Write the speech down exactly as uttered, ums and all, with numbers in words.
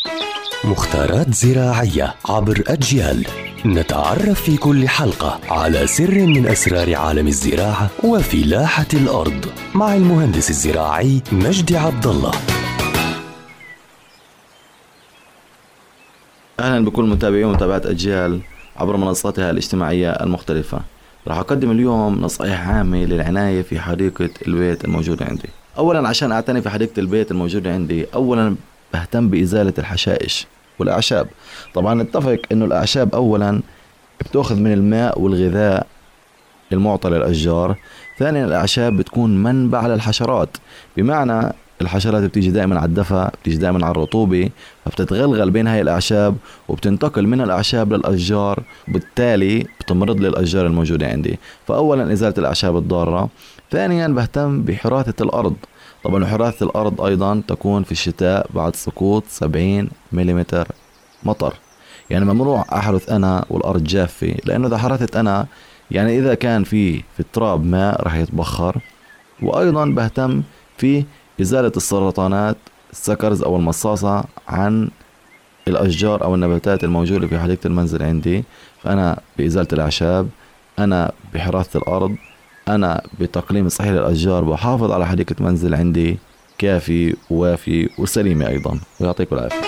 مختارات زراعية عبر أجيال، نتعرف في كل حلقة على سر من أسرار عالم الزراعة وفلاحة الأرض مع المهندس الزراعي مجدي عبد الله. أهلا بكل متابعي ومتابعة أجيال عبر منصاتها الاجتماعية المختلفة. راح أقدم اليوم نصائح عامة للعناية في حديقة البيت الموجودة عندي. أولا عشان أعتني في حديقة البيت الموجودة عندي، أولا بهتم بإزالة الحشائش والأعشاب. طبعا نتفق إنه الأعشاب أولا بتأخذ من الماء والغذاء المعطى للأشجار. ثانيا الأعشاب بتكون منبع للحشرات، بمعنى الحشرات بتيجي دائما على الدفا، بتيجي دائما على الرطوبة، فبتتغلغل بين هاي الأعشاب وبتنتقل من الأعشاب للأشجار، وبالتالي بتمرض للأشجار الموجودة عندي. فأولا إزالة الأعشاب الضارة. ثانيا بهتم بحراثة الأرض. طبعا حراثة الأرض أيضا تكون في الشتاء بعد سقوط سبعين مليمتر مطر. يعني ممنوع أحرث أنا والأرض جافة، لأنه إذا حرثت أنا يعني إذا كان في في التراب ماء راح يتبخر. وأيضا بهتم في إزالة السرطانات السكرز أو المصاصة عن الأشجار أو النباتات الموجودة في حديقة المنزل عندي. فأنا بإزالة الأعشاب، أنا بحراثة الأرض، أنا بتقليم الصحي للأشجار، بحافظ على حديقة منزل عندي كافي ووافي وسليمة أيضا. ويعطيكم العافية.